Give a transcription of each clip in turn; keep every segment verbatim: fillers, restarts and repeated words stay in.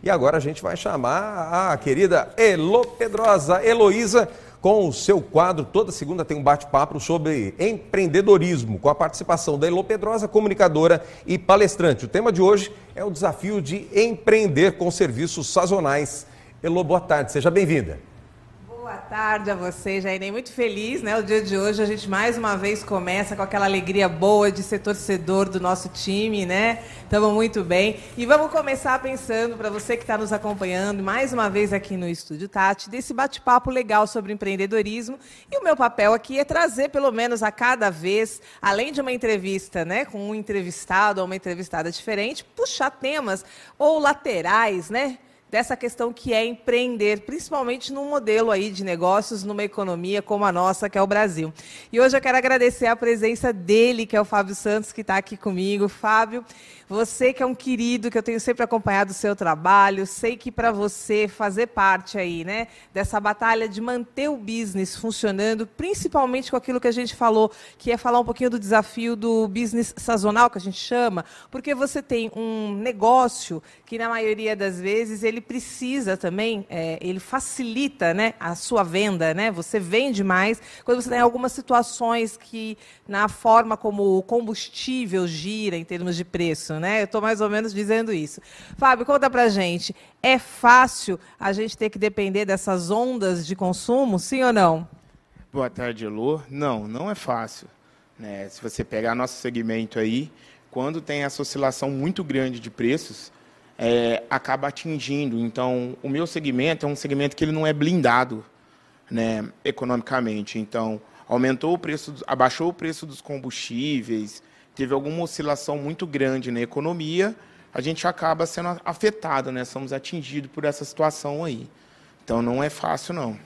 E agora a gente vai chamar a querida Elo Pedrosa, Heloísa, com o seu quadro. Toda segunda tem um bate-papo sobre empreendedorismo, com a participação da Elo Pedrosa, comunicadora e palestrante. O tema de hoje é o desafio de empreender com serviços sazonais. Elo, boa tarde, seja bem-vinda. Boa tarde a você, Jainei. Muito feliz, né? O dia de hoje a gente mais uma vez começa com aquela alegria boa de ser torcedor do nosso time, né? Estamos muito bem. E vamos começar pensando, para você que está nos acompanhando, mais uma vez aqui no Estúdio Tati, desse bate-papo legal sobre empreendedorismo. E o meu papel aqui é trazer, pelo menos a cada vez, além de uma entrevista, né, com um entrevistado ou uma entrevistada diferente, puxar temas ou laterais, né? Dessa questão que é empreender, principalmente num modelo aí de negócios, numa economia como a nossa, que é o Brasil. E hoje eu quero agradecer a presença dele, que é o Fábio Santos, que está aqui comigo. Fábio, você que é um querido, que eu tenho sempre acompanhado o seu trabalho, sei que para você fazer parte aí, né, dessa batalha de manter o business funcionando, principalmente com aquilo que a gente falou, que é falar um pouquinho do desafio do business sazonal, que a gente chama, porque você tem um negócio que, na maioria das vezes, ele precisa também, é, ele facilita, né, a sua venda, né? Você vende mais quando você tem algumas situações que, na forma como o combustível gira em termos de preço, né? Eu estou mais ou menos dizendo isso. Fábio, conta pra gente, é fácil a gente ter que depender dessas ondas de consumo, sim ou não? Boa tarde, Elô. Não, não é fácil, né? Se você pegar nosso segmento aí, quando tem essa oscilação muito grande de preços, É, acaba atingindo. Então, o meu segmento é um segmento que ele não é blindado, né, economicamente. Então, aumentou o preço, abaixou o preço dos combustíveis, teve alguma oscilação muito grande na economia, a gente acaba sendo afetado, né? Somos atingidos por essa situação aí. Então, não é fácil, não.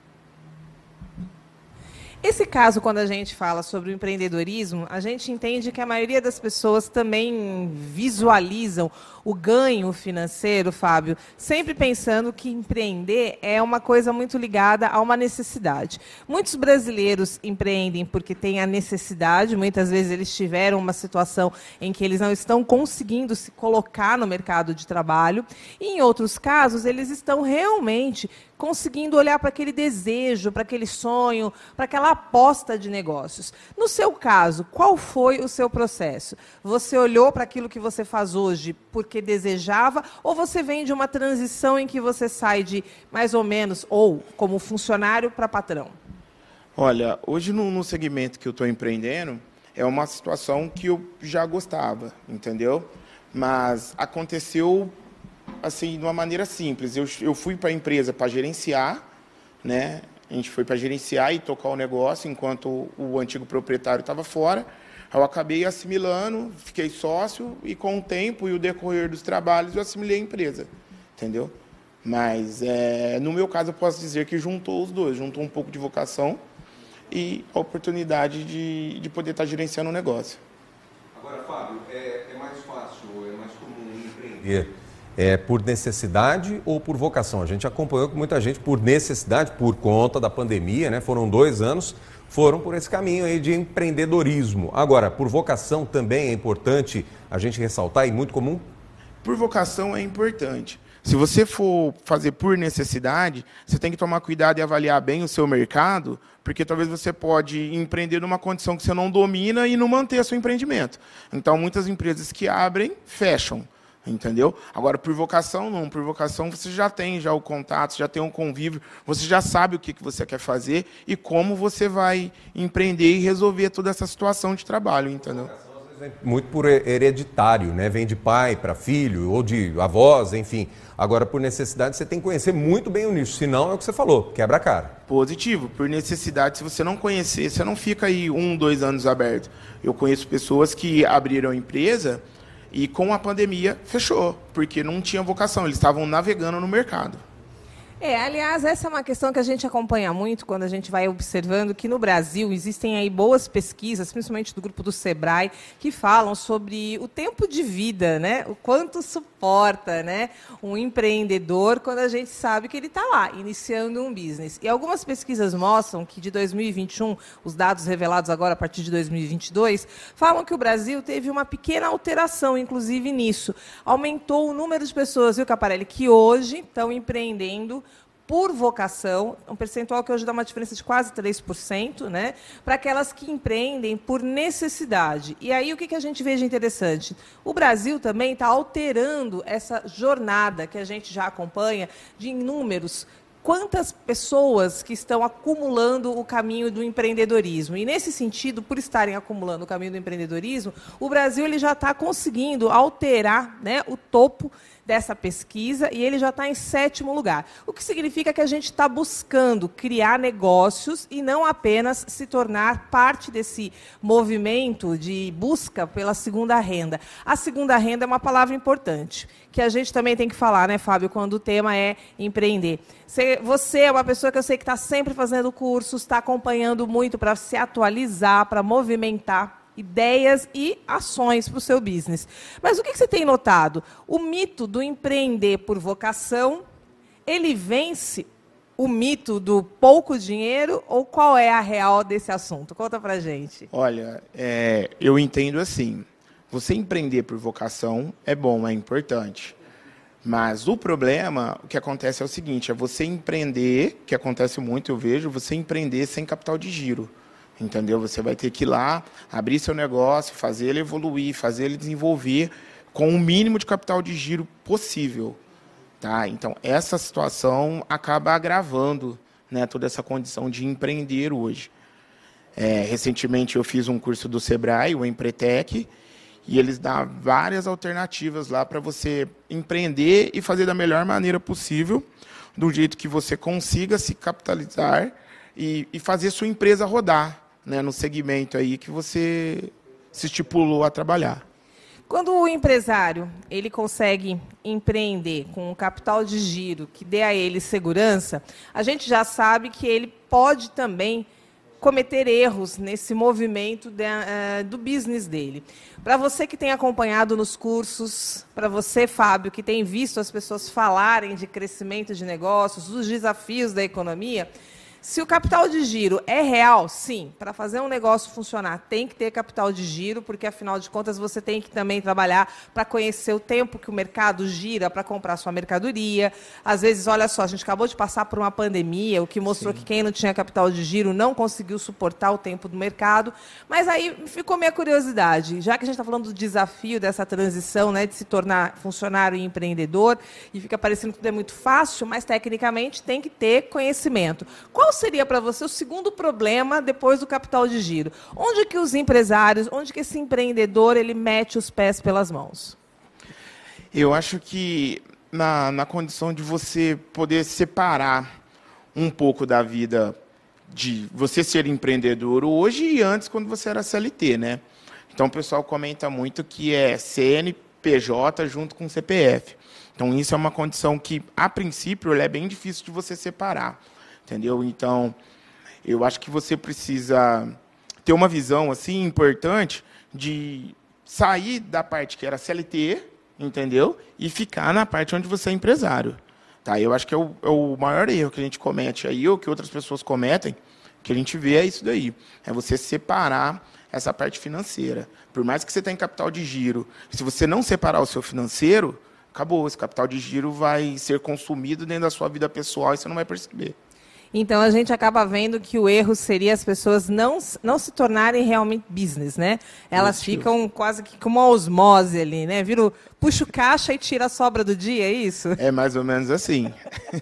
Esse caso, quando a gente fala sobre o empreendedorismo, a gente entende que a maioria das pessoas também visualizam o ganho financeiro, Fábio, sempre pensando que empreender é uma coisa muito ligada a uma necessidade. Muitos brasileiros empreendem porque têm a necessidade, muitas vezes eles tiveram uma situação em que eles não estão conseguindo se colocar no mercado de trabalho, e em outros casos eles estão realmente conseguindo olhar para aquele desejo, para aquele sonho, para aquela aposta de negócios. No seu caso, qual foi o seu processo? Você olhou para aquilo que você faz hoje porque desejava, ou você vem de uma transição em que você sai de mais ou menos, ou como funcionário para patrão? Olha, hoje no, no segmento que eu estou empreendendo, é uma situação que eu já gostava, entendeu? Mas aconteceu assim, de uma maneira simples. Eu, eu fui para a empresa para gerenciar, né? A gente foi para gerenciar e tocar o negócio enquanto o, o antigo proprietário estava fora. Eu acabei assimilando, fiquei sócio e, com o tempo e o decorrer dos trabalhos, eu assimilei a empresa, entendeu? Mas, é, no meu caso, eu posso dizer que juntou os dois, juntou um pouco de vocação e a oportunidade de, de poder estar gerenciando o negócio. Agora, Fábio, é, é mais fácil, é mais comum empreender É por necessidade ou por vocação? A gente acompanhou com muita gente por necessidade, por conta da pandemia, né? Foram dois anos, foram por esse caminho aí de empreendedorismo. Agora, por vocação também é importante a gente ressaltar e muito comum? Por vocação é importante. Se você for fazer por necessidade, você tem que tomar cuidado e avaliar bem o seu mercado, porque talvez você pode empreender numa condição que você não domina e não manter seu empreendimento. Então, muitas empresas que abrem, fecham. Entendeu? Agora, por vocação, não. Por vocação, você já tem já o contato, já tem um convívio, você já sabe o que, que você quer fazer e como você vai empreender e resolver toda essa situação de trabalho, entendeu? Muito por hereditário, né? Vem de pai para filho ou de avós, enfim. Agora, por necessidade, você tem que conhecer muito bem o nicho, senão é o que você falou, quebra a cara. Positivo. Por necessidade, se você não conhecer, você não fica aí um, dois anos aberto. Eu conheço pessoas que abriram empresa e, com a pandemia, fechou, porque não tinha vocação, eles estavam navegando no mercado. É, aliás, essa é uma questão que a gente acompanha muito quando a gente vai observando que no Brasil existem aí boas pesquisas, principalmente do grupo do Sebrae, que falam sobre o tempo de vida, né? O quanto suporta, né, um empreendedor quando a gente sabe que ele está lá, iniciando um business. E algumas pesquisas mostram que de dois mil e vinte e um, os dados revelados agora a partir de dois mil e vinte e dois, falam que o Brasil teve uma pequena alteração, inclusive nisso. Aumentou o número de pessoas, viu, Caparelli, que hoje estão empreendendo por vocação, um percentual que hoje dá uma diferença de quase três por cento, né, para aquelas que empreendem por necessidade. E aí o que, que a gente vê de interessante? O Brasil também está alterando essa jornada que a gente já acompanha de números. Quantas pessoas que estão acumulando o caminho do empreendedorismo? E, nesse sentido, por estarem acumulando o caminho do empreendedorismo, o Brasil ele já está conseguindo alterar, né, o topo dessa pesquisa e ele já está em sétimo lugar. O que significa que a gente está buscando criar negócios e não apenas se tornar parte desse movimento de busca pela segunda renda. A segunda renda é uma palavra importante, que a gente também tem que falar, né, Fábio, quando o tema é empreender. Você é uma pessoa que eu sei que está sempre fazendo cursos, está acompanhando muito para se atualizar, para movimentar ideias e ações para o seu business. Mas o que você tem notado? O mito do empreender por vocação, ele vence o mito do pouco dinheiro ou qual é a real desse assunto? Conta para a gente. Olha, é, eu entendo assim, você empreender por vocação é bom, é importante. Mas o problema, o que acontece é o seguinte, é você empreender, que acontece muito, eu vejo, você empreender sem capital de giro. Entendeu? Você vai ter que ir lá, abrir seu negócio, fazer ele evoluir, fazer ele desenvolver com o mínimo de capital de giro possível. Tá? Então, essa situação acaba agravando, né, toda essa condição de empreender hoje. É, recentemente, eu fiz um curso do Sebrae, o Empretec, e eles dão várias alternativas lá para você empreender e fazer da melhor maneira possível, do jeito que você consiga se capitalizar e, e fazer sua empresa rodar, né, no segmento aí que você se estipulou a trabalhar. Quando o empresário ele consegue empreender com um capital de giro que dê a ele segurança, a gente já sabe que ele pode também cometer erros nesse movimento de, uh, do business dele. Para você que tem acompanhado nos cursos, para você, Fábio, que tem visto as pessoas falarem de crescimento de negócios, dos desafios da economia, se o capital de giro é real, sim, para fazer um negócio funcionar tem que ter capital de giro, porque, afinal de contas, você tem que também trabalhar para conhecer o tempo que o mercado gira para comprar sua mercadoria. Às vezes, olha só, a gente acabou de passar por uma pandemia, o que mostrou sim. que quem não tinha capital de giro não conseguiu suportar o tempo do mercado. Mas aí ficou minha curiosidade, já que a gente está falando do desafio dessa transição, né, de se tornar funcionário e empreendedor, e fica parecendo que tudo é muito fácil, mas, tecnicamente, tem que ter conhecimento. Qual seria para você o segundo problema depois do capital de giro? Onde que os empresários, onde que esse empreendedor ele mete os pés pelas mãos? Eu acho que na, na condição de você poder separar um pouco da vida de você ser empreendedor hoje e antes quando você era C L T, né? Então o pessoal comenta muito que é C N P J junto com C P F. Então isso é uma condição que, a princípio, é bem difícil de você separar. Entendeu? Então, eu acho que você precisa ter uma visão assim importante de sair da parte que era C L T, entendeu? E ficar na parte onde você é empresário. Tá? Eu acho que é o, é o maior erro que a gente comete aí, ou que outras pessoas cometem, que a gente vê é isso daí. É você separar essa parte financeira. Por mais que você tenha capital de giro, se você não separar o seu financeiro, acabou. Esse capital de giro vai ser consumido dentro da sua vida pessoal e você não vai perceber. Então, a gente acaba vendo que o erro seria as pessoas não, não se tornarem realmente business, né? Elas Positivo. ficam quase que com uma osmose ali, né? Vira, puxa o caixa e tira a sobra do dia, é isso? É mais ou menos assim.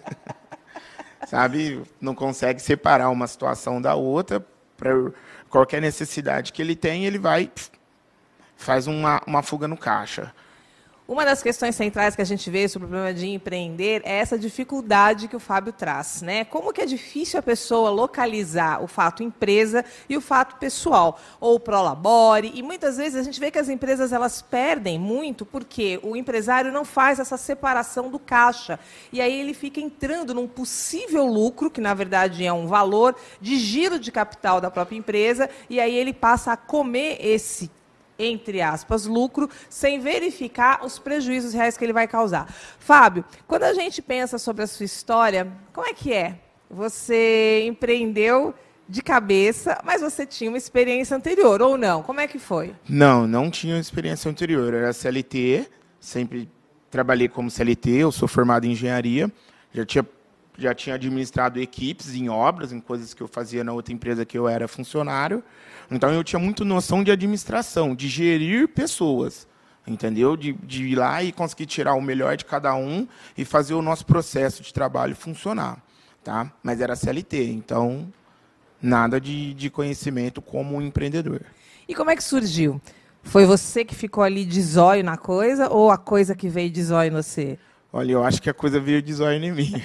Sabe? Não consegue separar uma situação da outra. Para qualquer necessidade que ele tem, ele vai, faz uma, uma fuga no caixa. Uma das questões centrais que a gente vê sobre o problema de empreender é essa dificuldade que o Fábio traz, né? Como que é difícil a pessoa localizar o fato empresa e o fato pessoal, ou prolabore, e muitas vezes a gente vê que as empresas elas perdem muito porque o empresário não faz essa separação do caixa, e aí ele fica entrando num possível lucro, que na verdade é um valor de giro de capital da própria empresa, e aí ele passa a comer esse entre aspas, lucro, sem verificar os prejuízos reais que ele vai causar. Fábio, quando a gente pensa sobre a sua história, como é que é? Você empreendeu de cabeça, mas você tinha uma experiência anterior, ou não? Como é que foi? Não, não tinha experiência anterior. Eu era C L T, sempre trabalhei como C L T, eu sou formado em engenharia, já tinha, já tinha administrado equipes em obras, em coisas que eu fazia na outra empresa que eu era funcionário. Então, eu tinha muito noção de administração, de gerir pessoas, entendeu? De, de ir lá e conseguir tirar o melhor de cada um e fazer o nosso processo de trabalho funcionar. Tá? Mas era C L T, então, nada de, de conhecimento como empreendedor. E como é que surgiu? Foi você que ficou ali de zóio na coisa ou a coisa que veio de zóio em você? Olha, eu acho que a coisa veio de zóio em mim.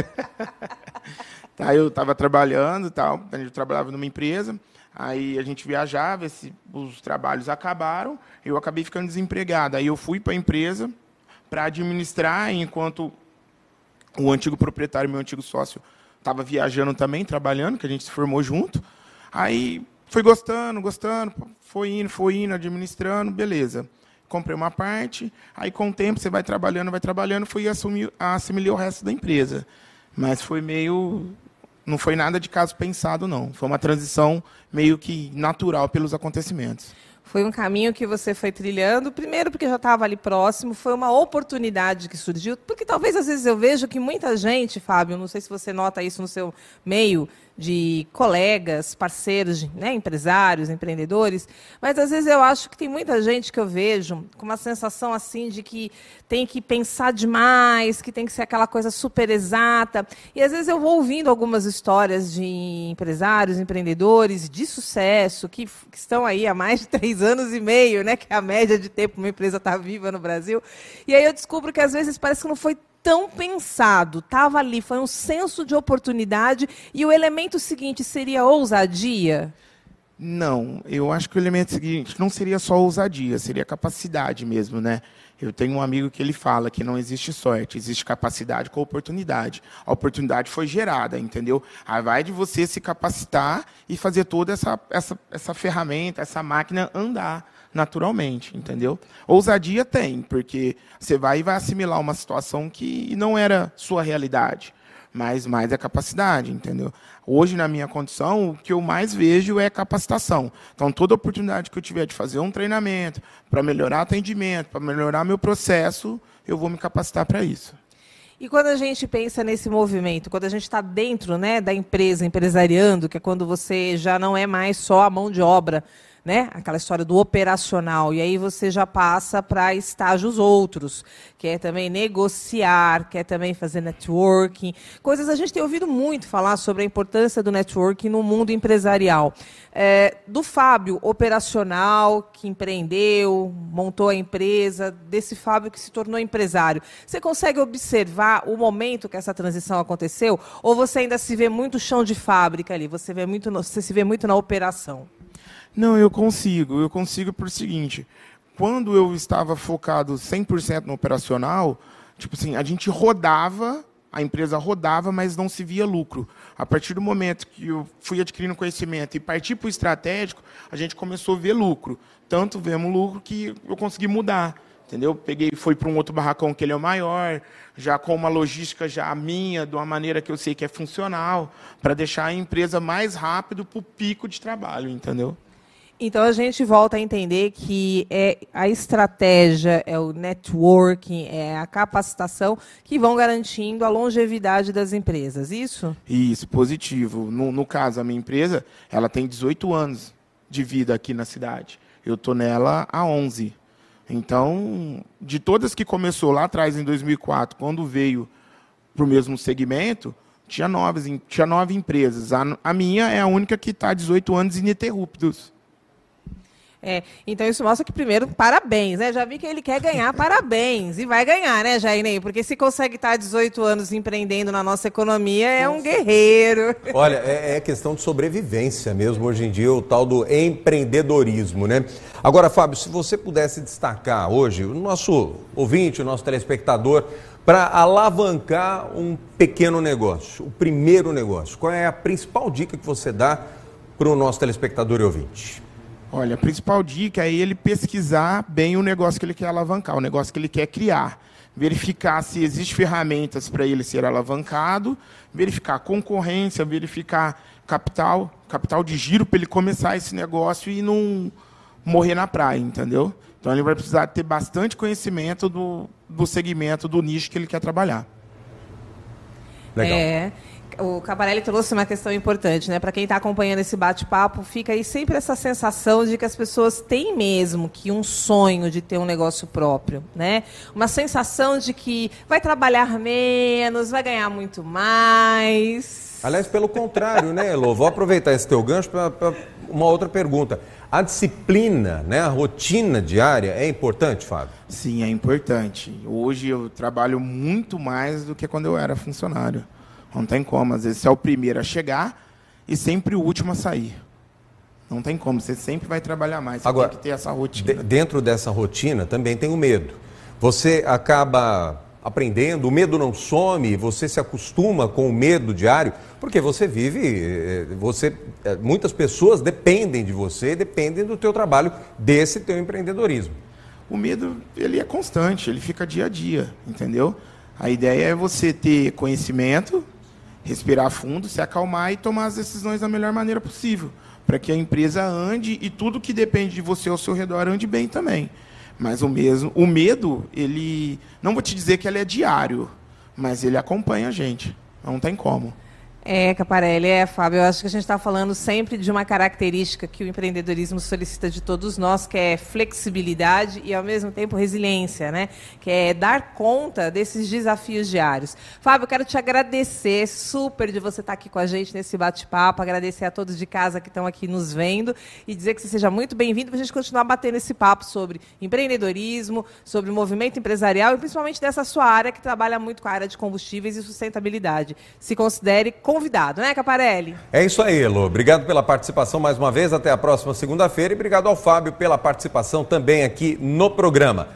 Tá, eu estava trabalhando, tal, eu trabalhava numa empresa. Aí a gente viajava, esse, os trabalhos acabaram, eu acabei ficando desempregado. Aí eu fui para a empresa para administrar, enquanto o antigo proprietário, meu antigo sócio, estava viajando também, trabalhando, que a gente se formou junto. Aí foi gostando, gostando, foi indo, foi indo, administrando, beleza. Comprei uma parte, aí com o tempo você vai trabalhando, vai trabalhando, fui assumir, assimilei o resto da empresa. Mas foi meio... Não foi nada de caso pensado, não. Foi uma transição meio que natural pelos acontecimentos. Foi um caminho que você foi trilhando, primeiro porque já estava ali próximo, foi uma oportunidade que surgiu, porque talvez às vezes eu vejo que muita gente, Fábio, não sei se você nota isso no seu meio, de colegas, parceiros, né, empresários, empreendedores, mas às vezes eu acho que tem muita gente que eu vejo com uma sensação assim de que tem que pensar demais, que tem que ser aquela coisa super exata. E às vezes eu vou ouvindo algumas histórias de empresários, empreendedores de sucesso, que, que estão aí há mais de três anos e meio, né, que é a média de tempo que uma empresa está viva no Brasil. E aí eu descubro que às vezes parece que não foi tão pensado, estava ali, foi um senso de oportunidade, e o elemento seguinte seria ousadia? Não, eu acho que o elemento seguinte não seria só ousadia, seria capacidade mesmo, né? Eu tenho um amigo que ele fala que não existe sorte, existe capacidade com oportunidade. A oportunidade foi gerada, entendeu? Aí vai de você se capacitar e fazer toda essa, essa, essa ferramenta, essa máquina andar naturalmente, entendeu? Ousadia tem, porque você vai e vai assimilar uma situação que não era sua realidade, mas mais é capacidade, entendeu? Hoje, na minha condição, o que eu mais vejo é capacitação. Então, toda oportunidade que eu tiver de fazer um treinamento, para melhorar atendimento, para melhorar meu processo, eu vou me capacitar para isso. E quando a gente pensa nesse movimento, quando a gente está dentro, né, da empresa, empresariando, que é quando você já não é mais só a mão de obra, né? Aquela história do operacional, e aí você já passa para estágios outros, que é também negociar, que é também fazer networking, coisas a gente tem ouvido muito falar sobre a importância do networking no mundo empresarial. É, do Fábio, operacional, que empreendeu, montou a empresa, desse Fábio que se tornou empresário, você consegue observar o momento que essa transição aconteceu, ou você ainda se vê muito chão de fábrica ali, você, vê muito no, você se vê muito na operação? Não, eu consigo. Eu consigo por seguinte, quando eu estava focado cem por cento no operacional, tipo assim, a gente rodava, a empresa rodava, mas não se via lucro. A partir do momento que eu fui adquirindo conhecimento e parti para o estratégico, a gente começou a ver lucro. Tanto vemos lucro que eu consegui mudar. Entendeu? Peguei, fui para um outro barracão que ele é o maior, já com uma logística já minha, de uma maneira que eu sei que é funcional, para deixar a empresa mais rápido para o pico de trabalho, entendeu? Então, a gente volta a entender que é a estratégia, é o networking, é a capacitação que vão garantindo a longevidade das empresas, isso? Isso, positivo. No, no caso, a minha empresa, ela tem dezoito anos de vida aqui na cidade. Eu estou nela há onze. Então, de todas que começou lá atrás, em dois mil e quatro, quando veio para o mesmo segmento, tinha nove, tinha nove empresas. A, a minha é a única que está há dezoito anos ininterruptos. É, então isso mostra que, primeiro, parabéns, né? Já vi que ele quer ganhar parabéns, e vai ganhar, né, Jainei? Porque se consegue estar há dezoito anos empreendendo na nossa economia, é um guerreiro. Olha, é, é questão de sobrevivência mesmo, hoje em dia, o tal do empreendedorismo, né? Agora, Fábio, se você pudesse destacar hoje, o nosso ouvinte, o nosso telespectador, para alavancar um pequeno negócio, o primeiro negócio, qual é a principal dica que você dá para o nosso telespectador e ouvinte? Olha, a principal dica é ele pesquisar bem o negócio que ele quer alavancar, o negócio que ele quer criar. Verificar se existem ferramentas para ele ser alavancado, verificar concorrência, verificar capital, capital de giro para ele começar esse negócio e não morrer na praia, entendeu? Então ele vai precisar ter bastante conhecimento do, do segmento, do nicho que ele quer trabalhar. Legal. É... O Caparelli trouxe uma questão importante, né? Para quem está acompanhando esse bate-papo, fica aí sempre essa sensação de que as pessoas têm mesmo que um sonho de ter um negócio próprio, né? Uma sensação de que vai trabalhar menos, vai ganhar muito mais. Aliás, pelo contrário, né, Elô? Vou aproveitar esse teu gancho para uma outra pergunta. A disciplina, né, a rotina diária é importante, Fábio? Sim, é importante. Hoje eu trabalho muito mais do que quando eu era funcionário. Não tem como. Às vezes você é o primeiro a chegar e sempre o último a sair. Não tem como. Você sempre vai trabalhar mais. Você Agora, tem que ter essa rotina. De, dentro dessa rotina também tem o medo. Você acaba aprendendo, o medo não some, você se acostuma com o medo diário, porque você vive, você, muitas pessoas dependem de você, dependem do teu trabalho, desse teu empreendedorismo. O medo, ele é constante, ele fica dia a dia, entendeu? A ideia é você ter conhecimento, respirar fundo, se acalmar e tomar as decisões da melhor maneira possível, para que a empresa ande e tudo que depende de você ao seu redor ande bem também. Mas o, mesmo, o medo, ele, não vou te dizer que ele é diário, mas ele acompanha a gente, não tem como. É, Caparelli, é, Fábio, eu acho que a gente está falando sempre de uma característica que o empreendedorismo solicita de todos nós, que é flexibilidade e, ao mesmo tempo, resiliência, né? Que é dar conta desses desafios diários. Fábio, eu quero te agradecer super de você estar aqui com a gente nesse bate-papo, agradecer a todos de casa que estão aqui nos vendo e dizer que você seja muito bem-vindo para a gente continuar batendo esse papo sobre empreendedorismo, sobre movimento empresarial e, principalmente, dessa sua área que trabalha muito com a área de combustíveis e sustentabilidade. Se considere convidado, né, Caparelli? É isso aí, Elô. Obrigado pela participação mais uma vez. Até a próxima segunda-feira. E obrigado ao Fábio pela participação também aqui no programa.